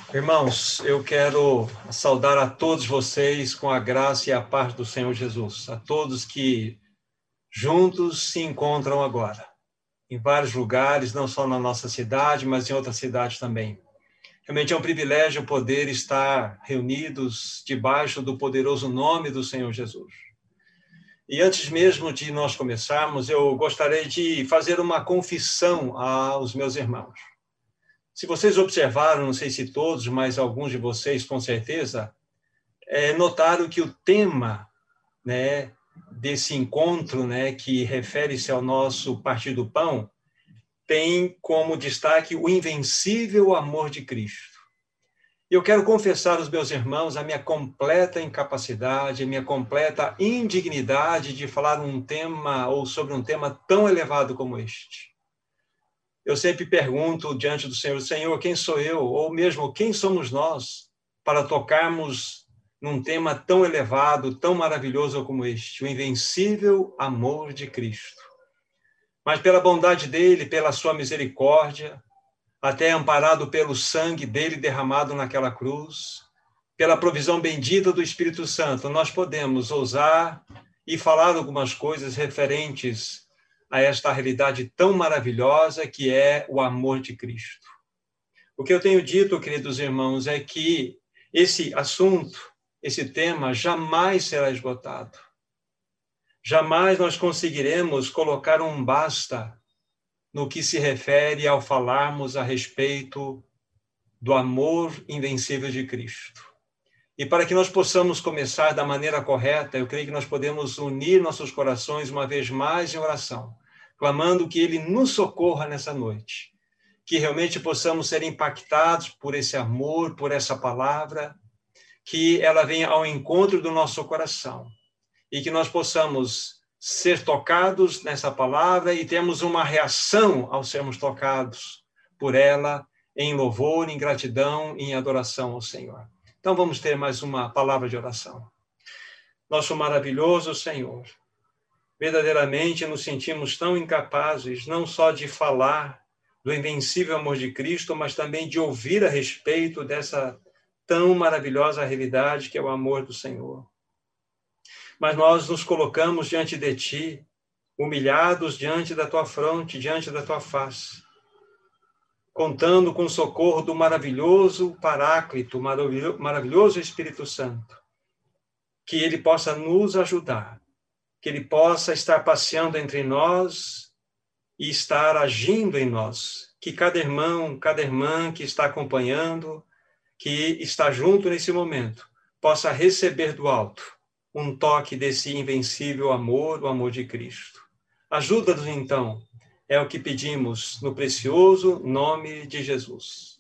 Irmãos, eu quero saudar a todos vocês com a graça e a paz do Senhor Jesus, a todos que juntos se encontram agora, em vários lugares, não só na nossa cidade, mas em outras cidades também. Realmente é um privilégio poder estar reunidos debaixo do poderoso nome do Senhor Jesus. E antes mesmo de nós começarmos, eu gostaria de fazer uma confissão aos meus irmãos. Se vocês observaram, não sei se todos, mas alguns de vocês com certeza, notaram que o tema, né, desse encontro, né, que refere-se ao nosso Partir do Pão, tem como destaque o invencível amor de Cristo. E eu quero confessar aos meus irmãos a minha completa incapacidade, a minha completa indignidade de falar um tema ou sobre um tema tão elevado como este. Eu sempre pergunto diante do Senhor, Senhor, quem sou eu? Ou mesmo, quem somos nós para tocarmos num tema tão elevado, tão maravilhoso como este, o invencível amor de Cristo. Mas pela bondade dele, pela sua misericórdia, até amparado pelo sangue dele derramado naquela cruz, pela provisão bendita do Espírito Santo, nós podemos ousar e falar algumas coisas referentes a esta realidade tão maravilhosa que é o amor de Cristo. O que eu tenho dito, queridos irmãos, é que esse assunto, esse tema, jamais será esgotado. Jamais nós conseguiremos colocar um basta no que se refere ao falarmos a respeito do amor invencível de Cristo. E para que nós possamos começar da maneira correta, eu creio que nós podemos unir nossos corações uma vez mais em oração, clamando que Ele nos socorra nessa noite, que realmente possamos ser impactados por esse amor, por essa palavra, que ela venha ao encontro do nosso coração e que nós possamos ser tocados nessa palavra e termos uma reação ao sermos tocados por ela em louvor, em gratidão e em adoração ao Senhor. Então vamos ter mais uma palavra de oração. Nosso maravilhoso Senhor, verdadeiramente nos sentimos tão incapazes, não só de falar do invencível amor de Cristo, mas também de ouvir a respeito dessa tão maravilhosa realidade que é o amor do Senhor. Mas nós nos colocamos diante de Ti, humilhados diante da Tua fronte, diante da Tua face, contando com o socorro do maravilhoso Paráclito, maravilhoso Espírito Santo, que Ele possa nos ajudar, que Ele possa estar passeando entre nós e estar agindo em nós, que cada irmão, cada irmã que está acompanhando, que está junto nesse momento, possa receber do alto um toque desse invencível amor, o amor de Cristo. Ajuda-nos, então, é o que pedimos no precioso nome de Jesus.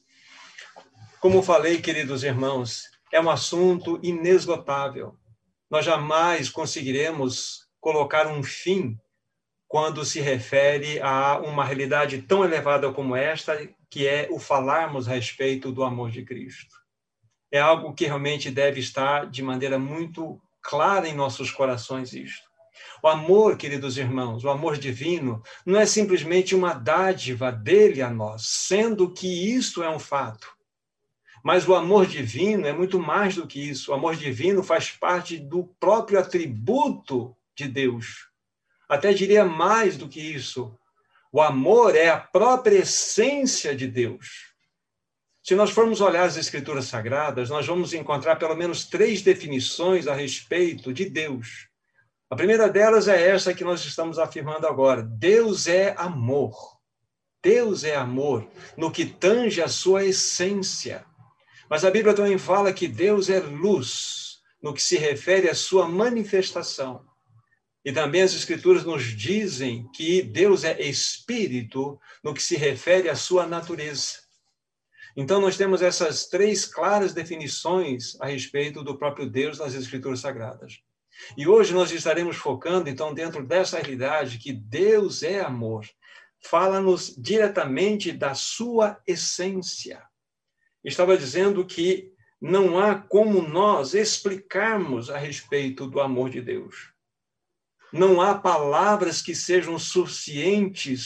Como falei, queridos irmãos, é um assunto inesgotável. Nós jamais conseguiremos colocar um fim quando se refere a uma realidade tão elevada como esta, que é o falarmos a respeito do amor de Cristo. É algo que realmente deve estar de maneira muito clara em nossos corações isto. O amor, queridos irmãos, o amor divino, não é simplesmente uma dádiva dele a nós, sendo que isto é um fato. Mas o amor divino é muito mais do que isso. O amor divino faz parte do próprio atributo de Deus. Até diria mais do que isso. O amor é a própria essência de Deus. Se nós formos olhar as Escrituras Sagradas, nós vamos encontrar pelo menos 3 definições a respeito de Deus. A primeira delas é essa que nós estamos afirmando agora. Deus é amor. Deus é amor no que tange a sua essência. Mas a Bíblia também fala que Deus é luz no que se refere à sua manifestação. E também as Escrituras nos dizem que Deus é espírito no que se refere à sua natureza. Então, nós temos essas 3 claras definições a respeito do próprio Deus nas Escrituras Sagradas. E hoje nós estaremos focando, então, dentro dessa realidade que Deus é amor. Fala-nos diretamente da sua essência. Estava dizendo que não há como nós explicarmos a respeito do amor de Deus. Não há palavras que sejam suficientes,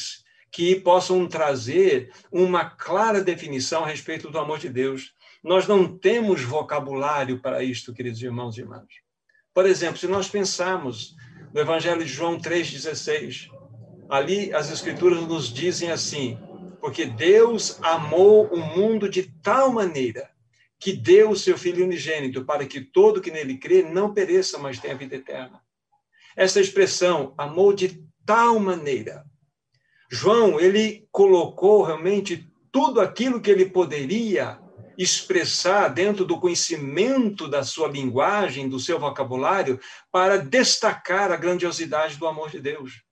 que possam trazer uma clara definição a respeito do amor de Deus. Nós não temos vocabulário para isto, queridos irmãos e irmãs. Por exemplo, se nós pensarmos no Evangelho de João 3,16, ali as Escrituras nos dizem assim: porque Deus amou o mundo de tal maneira que deu o seu Filho unigênito para que todo que nele crê não pereça, mas tenha vida eterna. Essa expressão, amou de tal maneira, João, ele colocou realmente tudo aquilo que ele poderia expressar dentro do conhecimento da sua linguagem, do seu vocabulário, para destacar a grandiosidade do amor de Deus.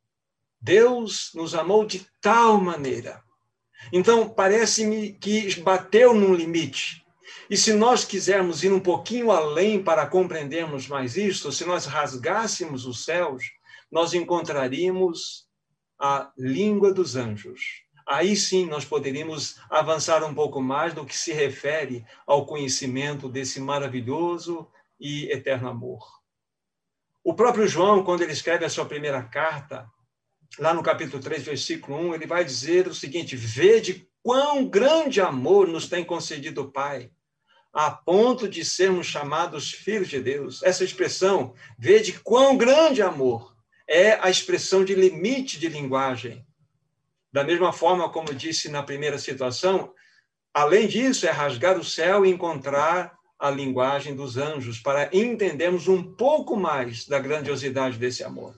Deus nos amou de tal maneira. Então, parece-me que bateu num limite. E se nós quisermos ir um pouquinho além para compreendermos mais isto, se nós rasgássemos os céus, nós encontraríamos a língua dos anjos. Aí sim nós poderíamos avançar um pouco mais no que se refere ao conhecimento desse maravilhoso e eterno amor. O próprio João, quando ele escreve a sua primeira carta, lá no capítulo 3, versículo 1, ele vai dizer o seguinte: vede quão grande amor nos tem concedido o Pai, a ponto de sermos chamados filhos de Deus. Essa expressão, vede quão grande amor, é a expressão de limite de linguagem. Da mesma forma, como disse na primeira situação, além disso, é rasgar o céu e encontrar a linguagem dos anjos, para entendermos um pouco mais da grandiosidade desse amor.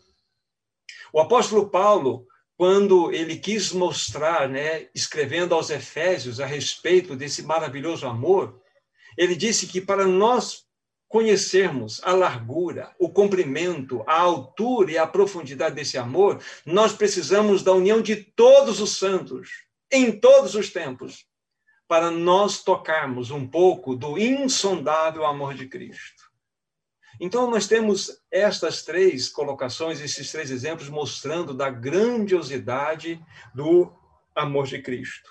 O apóstolo Paulo, quando ele quis mostrar, escrevendo aos Efésios a respeito desse maravilhoso amor, ele disse que para nós conhecermos a largura, o comprimento, a altura e a profundidade desse amor, nós precisamos da união de todos os santos, em todos os tempos, para nós tocarmos um pouco do insondável amor de Cristo. Então, nós temos estas três colocações, esses três exemplos, mostrando da grandiosidade do amor de Cristo.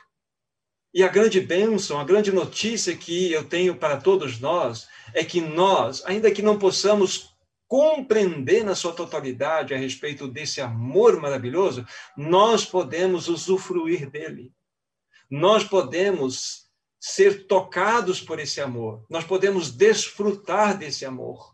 E a grande bênção, a grande notícia que eu tenho para todos nós é que nós, ainda que não possamos compreender na sua totalidade a respeito desse amor maravilhoso, nós podemos usufruir dele. Nós podemos ser tocados por esse amor. Nós podemos desfrutar desse amor.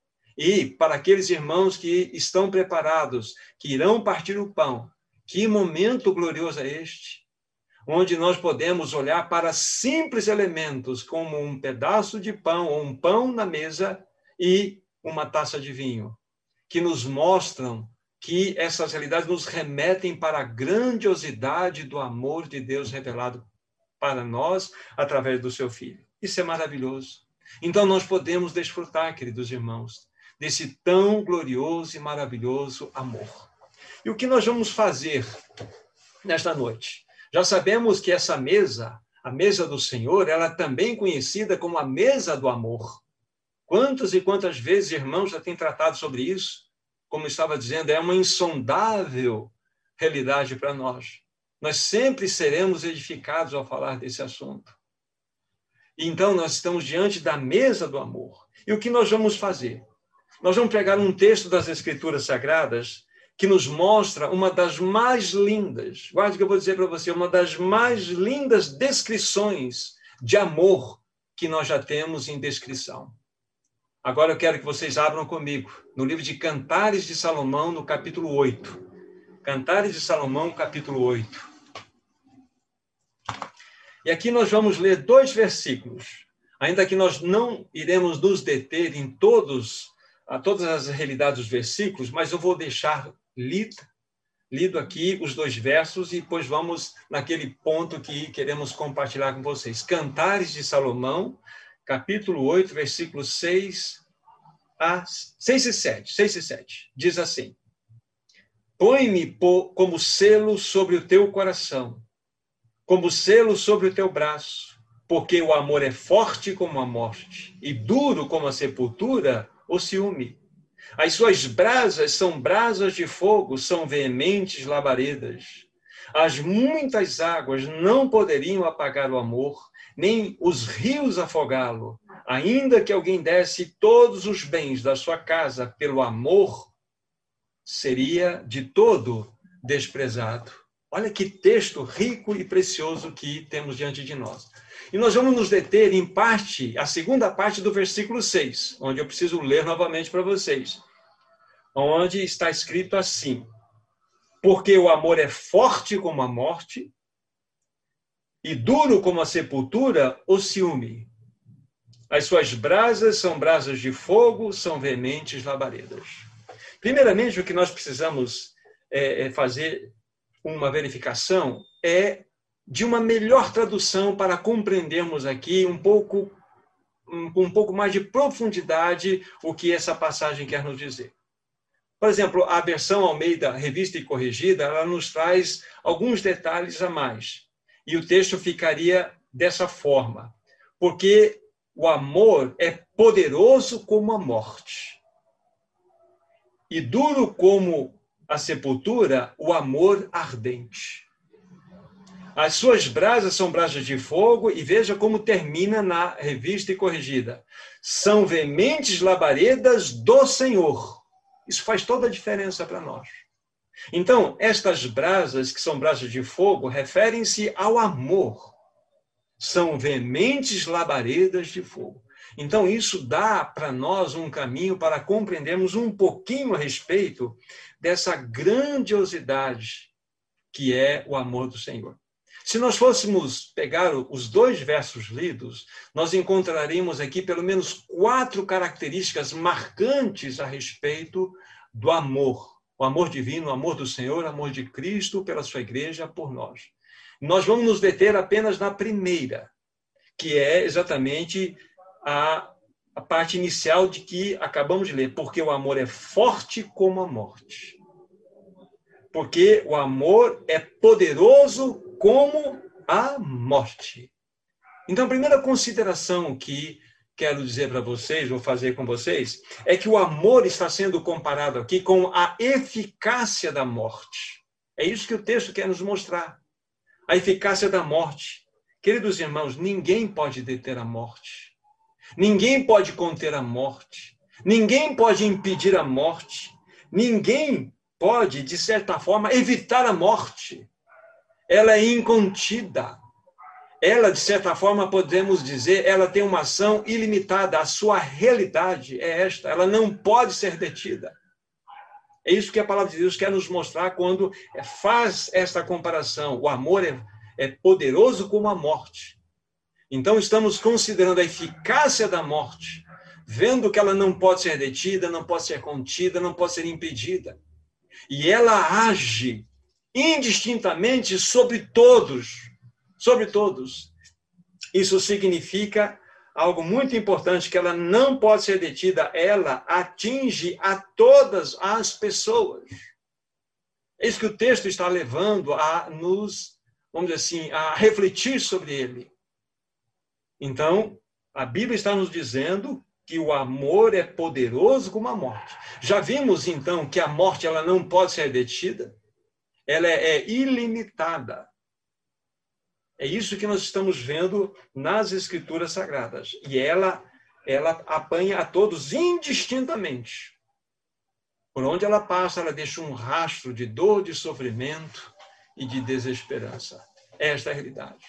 E para aqueles irmãos que estão preparados, que irão partir o pão, que momento glorioso é este, onde nós podemos olhar para simples elementos como um pedaço de pão ou um pão na mesa e uma taça de vinho, que nos mostram que essas realidades nos remetem para a grandiosidade do amor de Deus revelado para nós através do seu Filho. Isso é maravilhoso. Então nós podemos desfrutar, queridos irmãos, desse tão glorioso e maravilhoso amor. E o que nós vamos fazer nesta noite? Já sabemos que essa mesa, a mesa do Senhor, ela é também conhecida como a mesa do amor. Quantas e quantas vezes, irmãos, já têm tratado sobre isso? Como estava dizendo, é uma insondável realidade para nós. Nós sempre seremos edificados ao falar desse assunto. Então, nós estamos diante da mesa do amor. E o que nós vamos fazer? Nós vamos pegar um texto das Escrituras Sagradas que nos mostra uma das mais lindas, guarde que eu vou dizer para você, uma das mais lindas descrições de amor que nós já temos em descrição. Agora eu quero que vocês abram comigo no livro de Cantares de Salomão, no capítulo 8. Cantares de Salomão, capítulo 8. E aqui nós vamos ler 2 versículos, ainda que nós não iremos nos deter em todas as realidades dos versículos, mas eu vou deixar lido aqui os 2 versos e depois vamos naquele ponto que queremos compartilhar com vocês. Cantares de Salomão, capítulo 8, versículos 6 e 7. Diz assim: põe-me como selo sobre o teu coração, como selo sobre o teu braço, porque o amor é forte como a morte e duro como a sepultura, o ciúme. As suas brasas são brasas de fogo, são veementes labaredas. As muitas águas não poderiam apagar o amor, nem os rios afogá-lo. Ainda que alguém desse todos os bens da sua casa pelo amor, seria de todo desprezado. Olha que texto rico e precioso que temos diante de nós. E nós vamos nos deter em parte, a segunda parte do versículo 6, onde eu preciso ler novamente para vocês. Onde está escrito assim: porque o amor é forte como a morte e duro como a sepultura, o ciúme. As suas brasas são brasas de fogo, são veementes labaredas. Primeiramente, o que nós precisamos fazer uma verificação é de uma melhor tradução para compreendermos aqui com um pouco mais de profundidade o que essa passagem quer nos dizer. Por exemplo, a versão Almeida Revista e Corrigida, ela nos traz alguns detalhes a mais. E o texto ficaria dessa forma: porque o amor é poderoso como a morte, e duro como a sepultura, o amor ardente. As suas brasas são brasas de fogo, e veja como termina na Revista e Corrigida: são veementes labaredas do Senhor. Isso faz toda a diferença para nós. Então, estas brasas, que são brasas de fogo, referem-se ao amor. São veementes labaredas de fogo. Então, isso dá para nós um caminho para compreendermos um pouquinho a respeito dessa grandiosidade que é o amor do Senhor. Se nós fôssemos pegar os dois versos lidos, nós encontraríamos aqui pelo menos 4 características marcantes a respeito do amor. O amor divino, o amor do Senhor, o amor de Cristo pela sua igreja, por nós. Nós vamos nos deter apenas na primeira, que é exatamente a parte inicial de que acabamos de ler. Porque o amor é forte como a morte. Porque o amor é poderoso como a morte. Então, a primeira consideração que quero dizer para vocês, vou fazer com vocês, é que o amor está sendo comparado aqui com a eficácia da morte. É isso que o texto quer nos mostrar. A eficácia da morte. Queridos irmãos, ninguém pode deter a morte. Ninguém pode conter a morte. Ninguém pode impedir a morte. Ninguém pode, de certa forma, evitar a morte. Ela é incontida. Ela, de certa forma, podemos dizer, ela tem uma ação ilimitada. A sua realidade é esta. Ela não pode ser detida. É isso que a palavra de Deus quer nos mostrar quando faz esta comparação. O amor é poderoso como a morte. Então, estamos considerando a eficácia da morte, vendo que ela não pode ser detida, não pode ser contida, não pode ser impedida. E ela age indistintamente sobre todos. Sobre todos. Isso significa algo muito importante, que ela não pode ser detida, ela atinge a todas as pessoas. É isso que o texto está levando a nos, vamos dizer assim, a refletir sobre ele. Então, a Bíblia está nos dizendo que o amor é poderoso como a morte. Já vimos, então, que a morte ela não pode ser detida, ela é ilimitada. É isso que nós estamos vendo nas Escrituras Sagradas. E ela apanha a todos indistintamente. Por onde ela passa, ela deixa um rastro de dor, de sofrimento e de desesperança. Esta é a realidade.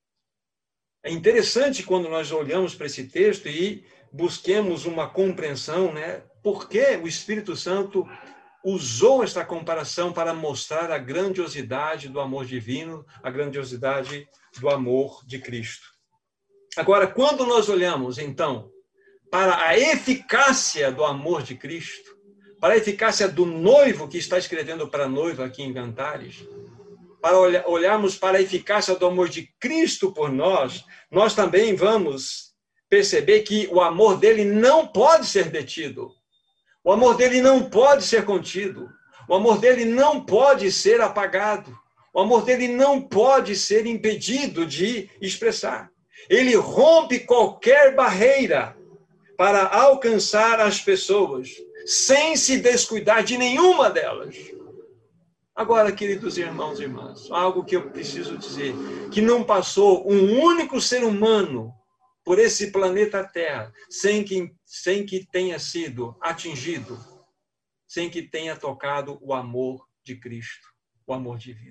É interessante quando nós olhamos para esse texto e busquemos uma compreensão, né? Por que o Espírito Santo usou esta comparação para mostrar a grandiosidade do amor divino, a grandiosidade do amor de Cristo. Agora, quando nós olhamos, então, para a eficácia do amor de Cristo, para a eficácia do noivo que está escrevendo para a noiva aqui em Cantares, para olharmos para a eficácia do amor de Cristo por nós, nós também vamos perceber que o amor dele não pode ser detido. O amor dele não pode ser contido. O amor dele não pode ser apagado. O amor dele não pode ser impedido de expressar. Ele rompe qualquer barreira para alcançar as pessoas, sem se descuidar de nenhuma delas. Agora, queridos irmãos e irmãs, algo que eu preciso dizer, que não passou um único ser humano por esse planeta Terra, sem que tenha sido atingido, sem que tenha tocado o amor de Cristo, o amor divino.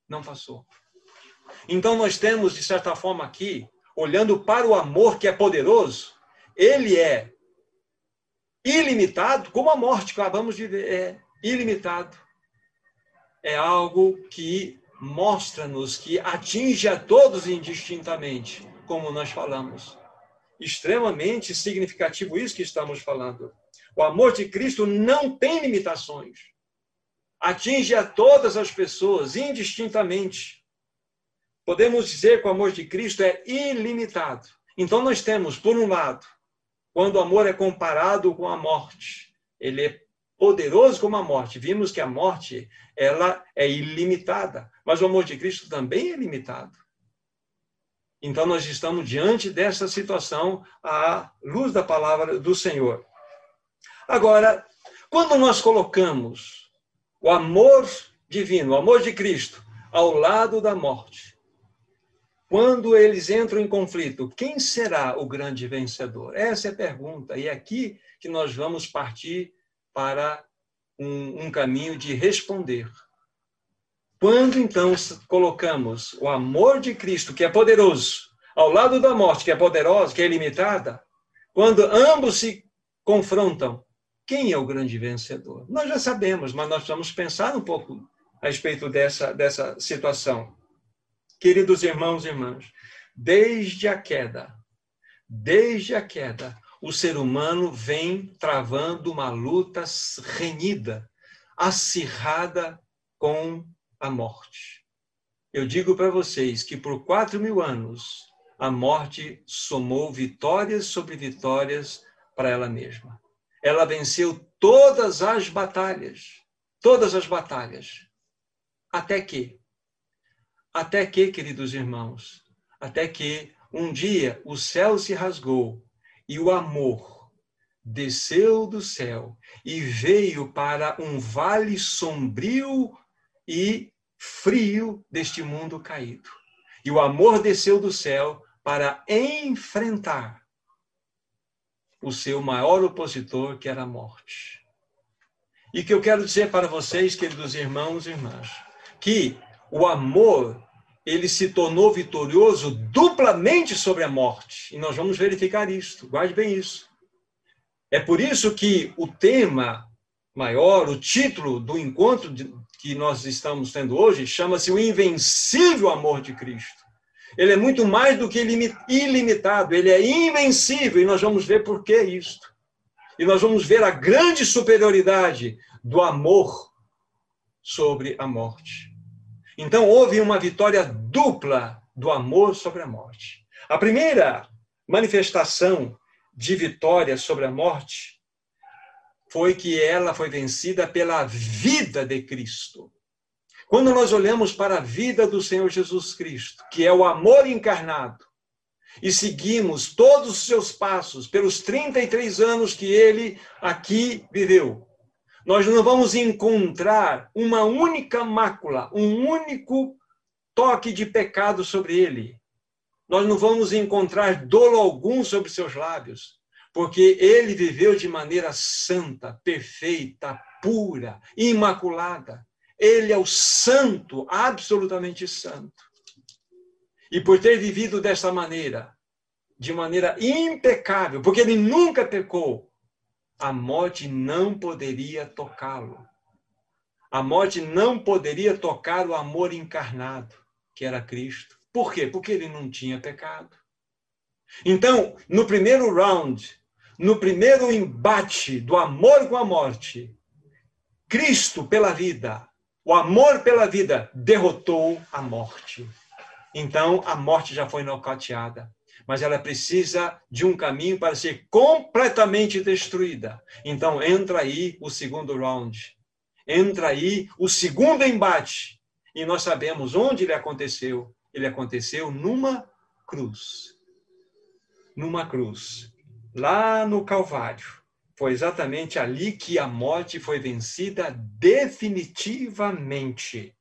Não passou. Então nós temos, de certa forma aqui, olhando para o amor que é poderoso, ele é ilimitado, como a morte que acabamos de ver, é ilimitado. É algo que mostra-nos que atinge a todos indistintamente, como nós falamos. Extremamente significativo isso que estamos falando. O amor de Cristo não tem limitações. Atinge a todas as pessoas, indistintamente. Podemos dizer que o amor de Cristo é ilimitado. Então nós temos, por um lado, quando o amor é comparado com a morte, ele é poderoso como a morte. Vimos que a morte, ela é ilimitada, mas o amor de Cristo também é limitado. Então nós estamos diante dessa situação à luz da palavra do Senhor. Agora, quando nós colocamos o amor divino, o amor de Cristo, ao lado da morte, quando eles entram em conflito, quem será o grande vencedor? Essa é a pergunta. E é aqui que nós vamos partir para um caminho de responder. Quando, então, colocamos o amor de Cristo, que é poderoso, ao lado da morte, que é poderosa, que é ilimitada, quando ambos se confrontam, quem é o grande vencedor? Nós já sabemos, mas nós vamos pensar um pouco a respeito dessa situação. Queridos irmãos e irmãs, desde a queda, o ser humano vem travando uma luta renhida, acirrada com a morte. Eu digo para vocês que por 4.000 anos, a morte somou vitórias sobre vitórias para ela mesma. Ela venceu todas as batalhas. Até que, queridos irmãos, até que um dia o céu se rasgou e o amor desceu do céu e veio para um vale sombrio e frio deste mundo caído. E o amor desceu do céu para enfrentar o seu maior opositor, que era a morte. E que eu quero dizer para vocês, queridos irmãos e irmãs, que o amor, ele se tornou vitorioso duplamente sobre a morte. E nós vamos verificar isto. Guarde bem isso. É por isso que o tema maior, o título do encontro que nós estamos tendo hoje, chama-se O Invencível Amor de Cristo. Ele é muito mais do que ilimitado, ele é invencível, e nós vamos ver por que isto. E nós vamos ver a grande superioridade do amor sobre a morte. Então, houve uma vitória dupla do amor sobre a morte. A primeira manifestação de vitória sobre a morte foi que ela foi vencida pela vida de Cristo. Quando nós olhamos para a vida do Senhor Jesus Cristo, que é o amor encarnado, e seguimos todos os seus passos pelos 33 anos que ele aqui viveu, nós não vamos encontrar uma única mácula, um único toque de pecado sobre ele. Nós não vamos encontrar dolo algum sobre seus lábios, porque ele viveu de maneira santa, perfeita, pura, imaculada. Ele é o santo, absolutamente santo. E por ter vivido desta maneira, de maneira impecável, porque ele nunca pecou, a morte não poderia tocá-lo. A morte não poderia tocar o amor encarnado, que era Cristo. Por quê? Porque ele não tinha pecado. Então, no primeiro round, no primeiro embate do amor com a morte, Cristo pela vida, o amor pela vida, derrotou a morte. Então, a morte já foi nocauteada. Mas ela precisa de um caminho para ser completamente destruída. Então, entra aí o segundo round. Entra aí o segundo embate. E nós sabemos onde ele aconteceu. Ele aconteceu numa cruz. Numa cruz. Lá no Calvário. Foi exatamente ali que a morte foi vencida definitivamente.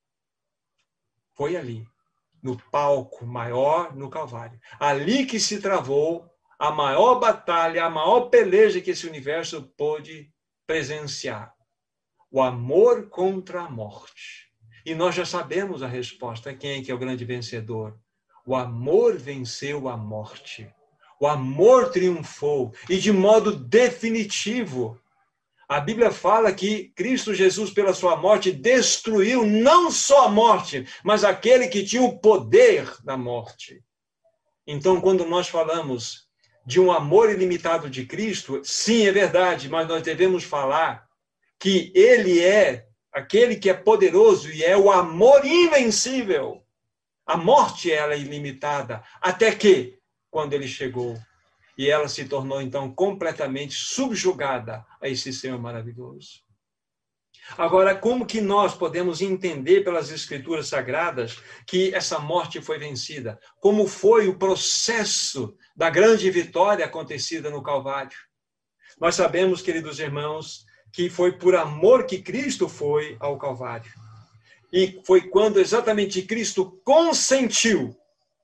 Foi ali. No palco maior, no Calvário. Ali que se travou a maior batalha, a maior peleja que esse universo pôde presenciar. O amor contra a morte. E nós já sabemos a resposta. Quem é que é o grande vencedor? O amor venceu a morte. O amor triunfou. E de modo definitivo. A Bíblia fala que Cristo Jesus, pela sua morte, destruiu não só a morte, mas aquele que tinha o poder da morte. Então, quando nós falamos de um amor ilimitado de Cristo, sim, é verdade, mas nós devemos falar que ele é aquele que é poderoso e é o amor invencível. A morte, ela é ilimitada, até que, quando ele chegou, e ela se tornou, então, completamente subjugada a esse Senhor maravilhoso. Agora, como que nós podemos entender pelas Escrituras Sagradas que essa morte foi vencida? Como foi o processo da grande vitória acontecida no Calvário? Nós sabemos, queridos irmãos, que foi por amor que Cristo foi ao Calvário. E foi quando exatamente Cristo consentiu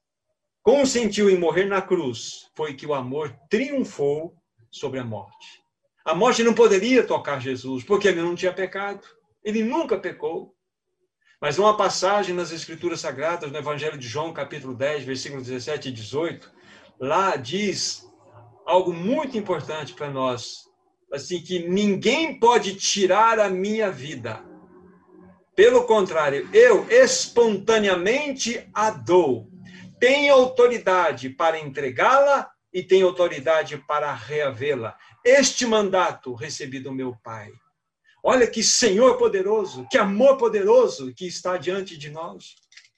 em morrer na cruz, foi que o amor triunfou sobre a morte. A morte não poderia tocar Jesus, porque ele não tinha pecado. Ele nunca pecou. Mas uma passagem nas Escrituras Sagradas, no Evangelho de João, capítulo 10, versículos 17 e 18, lá diz algo muito importante para nós, assim, que ninguém pode tirar a minha vida. Pelo contrário, eu espontaneamente a dou. Tenho autoridade para entregá-la e tenho autoridade para reavê-la. Este mandato recebi do meu Pai. Olha que Senhor poderoso, que amor poderoso que está diante de nós.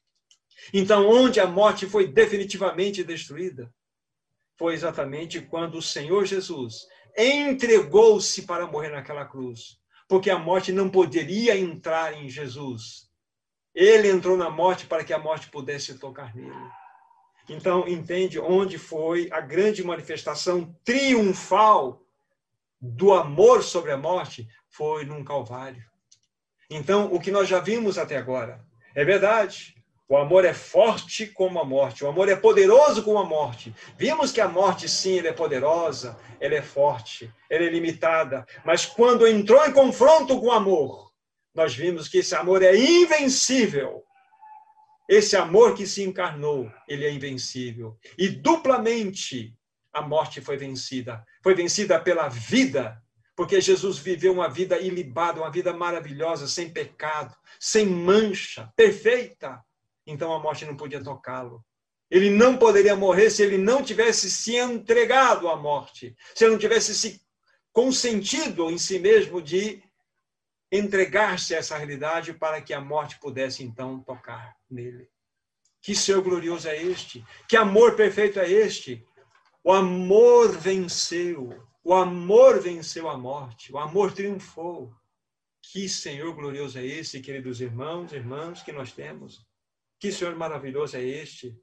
Então, onde a morte foi definitivamente destruída, foi exatamente quando o Senhor Jesus entregou-se para morrer naquela cruz. Porque a morte não poderia entrar em Jesus. Ele entrou na morte para que a morte pudesse tocar nele. Então, entende onde foi a grande manifestação triunfal do amor sobre a morte? Foi num Calvário. Então, o que nós já vimos até agora, é verdade. O amor é forte como a morte. O amor é poderoso como a morte. Vimos que a morte, sim, ela é poderosa, ela é forte, ela é limitada. Mas quando entrou em confronto com o amor, nós vimos que esse amor é invencível. Esse amor que se encarnou, ele é invencível. E duplamente a morte foi vencida. Foi vencida pela vida, porque Jesus viveu uma vida ilibada, uma vida maravilhosa, sem pecado, sem mancha, perfeita. Então a morte não podia tocá-lo. Ele não poderia morrer se ele não tivesse se entregado à morte, se ele não tivesse se consentido em si mesmo de entregar-se a essa realidade para que a morte pudesse então tocar nele. Que Senhor glorioso é este? Que amor perfeito é este? O amor venceu. O amor venceu a morte. O amor triunfou. Que Senhor glorioso é esse, queridos irmãos, irmãs, que nós temos? Que Senhor maravilhoso é este?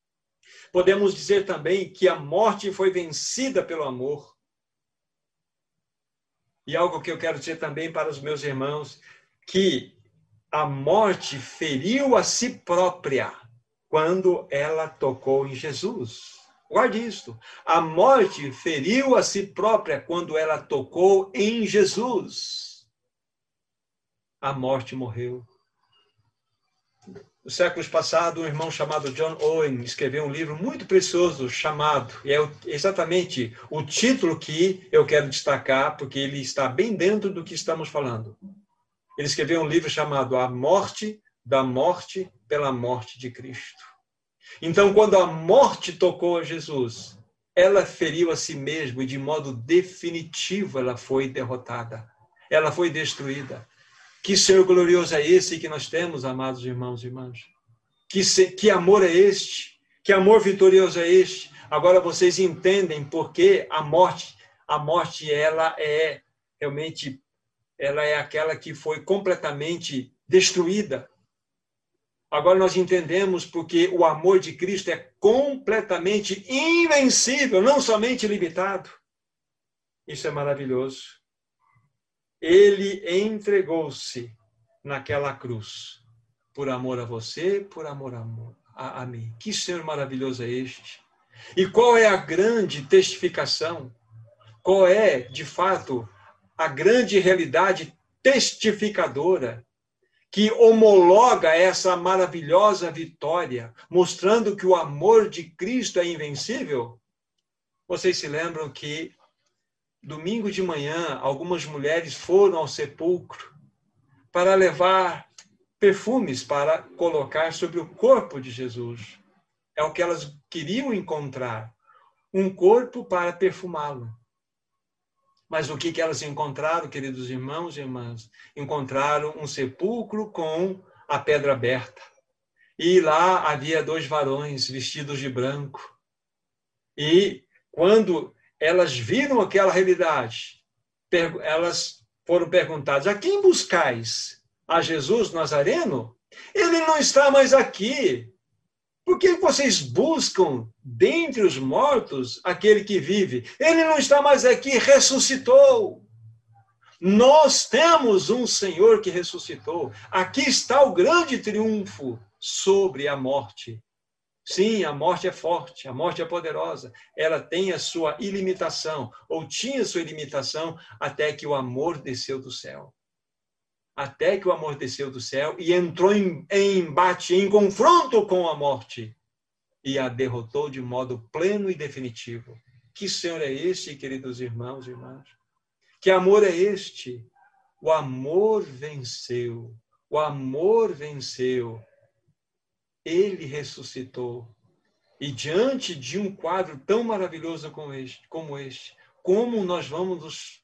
Podemos dizer também que a morte foi vencida pelo amor. E algo que eu quero dizer também para os meus irmãos, que a morte feriu a si própria quando ela tocou em Jesus. Guarde isto. A morte feriu a si própria quando ela tocou em Jesus. A morte morreu. Nos séculos passados, um irmão chamado John Owen escreveu um livro muito precioso chamado, e é exatamente o título que eu quero destacar, porque ele está bem dentro do que estamos falando. Ele escreveu um livro chamado A Morte da Morte pela Morte de Cristo. Então, quando a morte tocou a Jesus, ela feriu a si mesma e de modo definitivo ela foi derrotada. Ela foi destruída. Que Senhor glorioso é esse que nós temos, amados irmãos e irmãs? Que amor é este? Que amor vitorioso é este? Agora vocês entendem por que a morte ela é realmente, ela é aquela que foi completamente destruída. Agora nós entendemos porque o amor de Cristo é completamente invencível, não somente limitado. Isso é maravilhoso. Ele entregou-se naquela cruz, por amor a você, por amor a mim. Que Senhor maravilhoso é este? E qual é a grande testificação? Qual é, de fato, a grande realidade testificadora que homologa essa maravilhosa vitória, mostrando que o amor de Cristo é invencível? Vocês se lembram que domingo de manhã algumas mulheres foram ao sepulcro para levar perfumes para colocar sobre o corpo de Jesus. É o que elas queriam encontrar, um corpo para perfumá-lo. Mas o que elas encontraram, queridos irmãos e irmãs? Encontraram um sepulcro com a pedra aberta. E lá havia 2 varões vestidos de branco. E quando elas viram aquela realidade, elas foram perguntadas: a quem buscais? A Jesus Nazareno? Ele não está mais aqui. Por que vocês buscam dentre os mortos aquele que vive? Ele não está mais aqui, ressuscitou. Nós temos um Senhor que ressuscitou. Aqui está o grande triunfo sobre a morte. Sim, a morte é forte, a morte é poderosa. Ela tem a sua ilimitação, ou tinha sua ilimitação, até que o amor desceu do céu. Até que o amor desceu do céu e entrou em embate, em confronto com a morte. E a derrotou de modo pleno e definitivo. Que Senhor é este, queridos irmãos e irmãs? Que amor é este? O amor venceu. O amor venceu. Ele ressuscitou. E diante de um quadro tão maravilhoso como este, como nós vamos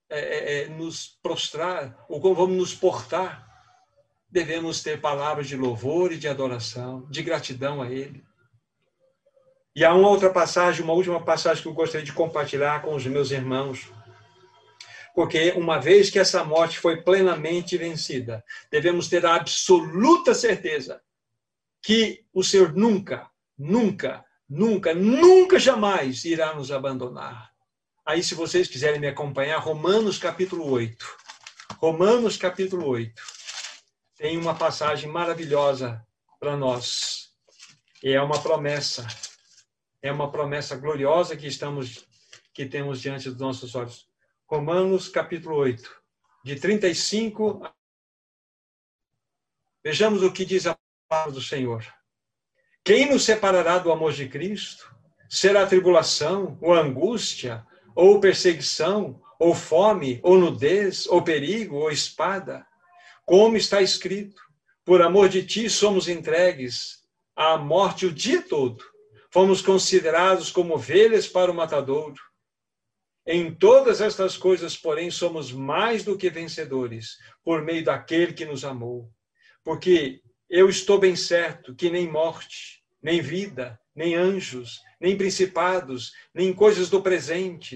nos prostrar, ou como vamos nos portar? Devemos ter palavras de louvor e de adoração, de gratidão a Ele. E há uma outra passagem, uma última passagem que eu gostaria de compartilhar com os meus irmãos. Porque uma vez que essa morte foi plenamente vencida, devemos ter a absoluta certeza que o Senhor nunca, nunca, nunca, nunca jamais irá nos abandonar. Aí, se vocês quiserem me acompanhar, Romanos capítulo 8. Romanos capítulo 8. Tem uma passagem maravilhosa para nós. E é uma promessa. É uma promessa gloriosa que temos diante dos nossos olhos. Romanos capítulo 8, de 35. Vejamos o que diz a palavra do Senhor. Quem nos separará do amor de Cristo? Será tribulação, ou angústia, ou perseguição, ou fome, ou nudez, ou perigo, ou espada? Como está escrito: por amor de ti somos entregues à morte o dia todo. Fomos considerados como ovelhas para o matadouro. Em todas estas coisas, porém, somos mais do que vencedores, por meio daquele que nos amou. Porque eu estou bem certo que nem morte, nem vida, nem anjos, nem principados, nem coisas do presente,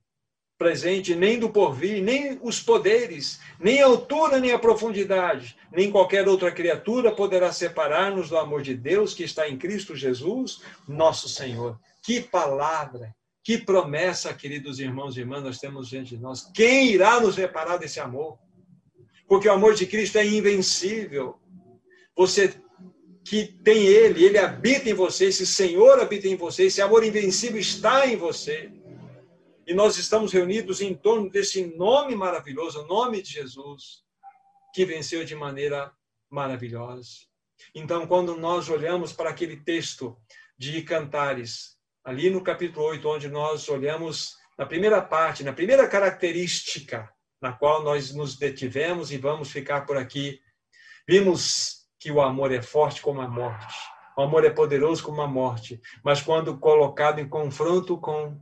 nem do porvir, nem os poderes, nem a altura, nem a profundidade, nem qualquer outra criatura poderá separar-nos do amor de Deus que está em Cristo Jesus, nosso Senhor. Que palavra, que promessa, queridos irmãos e irmãs, nós temos diante de nós. Quem irá nos separar desse amor? Porque o amor de Cristo é invencível. Você que tem ele habita em você, esse Senhor habita em você, esse amor invencível está em você. E nós estamos reunidos em torno desse nome maravilhoso, o nome de Jesus, que venceu de maneira maravilhosa. Então, quando nós olhamos para aquele texto de Cantares, ali no capítulo 8, onde nós olhamos na primeira parte, na primeira característica, na qual nós nos detivemos e vamos ficar por aqui, vimos que o amor é forte como a morte, o amor é poderoso como a morte, mas quando colocado em confronto com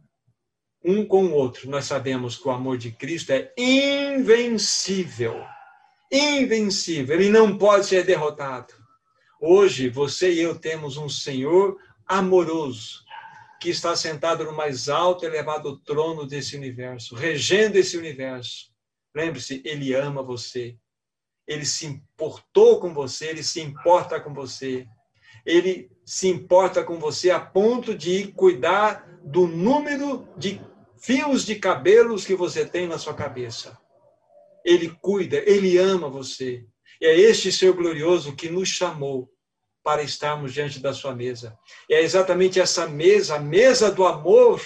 o outro, nós sabemos que o amor de Cristo é invencível. Invencível. Ele não pode ser derrotado. Hoje, você e eu temos um Senhor amoroso, que está sentado no mais alto e elevado trono desse universo, regendo esse universo. Lembre-se, Ele ama você. Ele se importou com você, Ele se importa com você. Ele se importa com você a ponto de cuidar do número de fios de cabelos que você tem na sua cabeça. Ele cuida, Ele ama você. E é este Ser glorioso que nos chamou para estarmos diante da sua mesa. E é exatamente essa mesa, a mesa do amor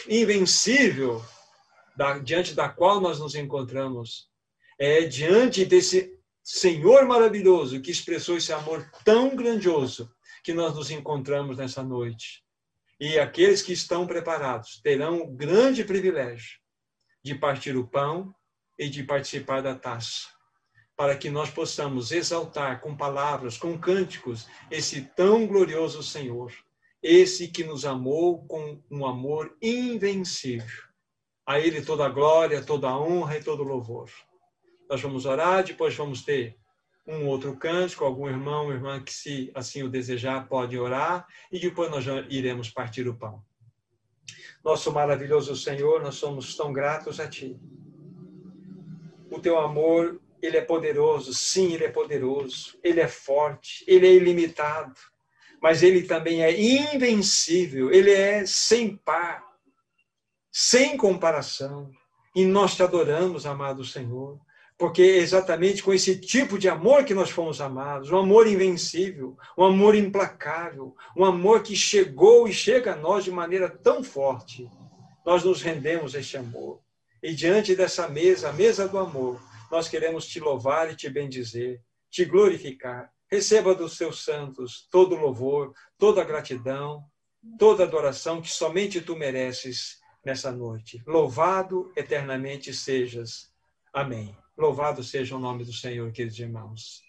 invencível, diante da qual nós nos encontramos. É diante desse Senhor maravilhoso, que expressou esse amor tão grandioso que nós nos encontramos nessa noite. E aqueles que estão preparados terão o grande privilégio de partir o pão e de participar da taça, para que nós possamos exaltar com palavras, com cânticos, esse tão glorioso Senhor, esse que nos amou com um amor invencível. A Ele toda a glória, toda a honra e todo o louvor. Nós vamos orar, depois vamos ter um outro cântico, algum irmão, irmã que, se assim o desejar, pode orar, e depois nós já iremos partir o pão. Nosso maravilhoso Senhor, nós somos tão gratos a Ti. O Teu amor, Ele é poderoso, sim, Ele é poderoso, Ele é forte, Ele é ilimitado, mas Ele também é invencível, Ele é sem par, sem comparação. E nós Te adoramos, amado Senhor, porque é exatamente com esse tipo de amor que nós fomos amados, um amor invencível, um amor implacável, um amor que chegou e chega a nós de maneira tão forte. Nós nos rendemos a este amor. E diante dessa mesa, a mesa do amor, nós queremos Te louvar e Te bendizer, Te glorificar. Receba dos Teus santos todo louvor, toda gratidão, toda adoração que somente Tu mereces nessa noite. Louvado eternamente sejas. Amém. Louvado seja o nome do Senhor, queridos irmãos.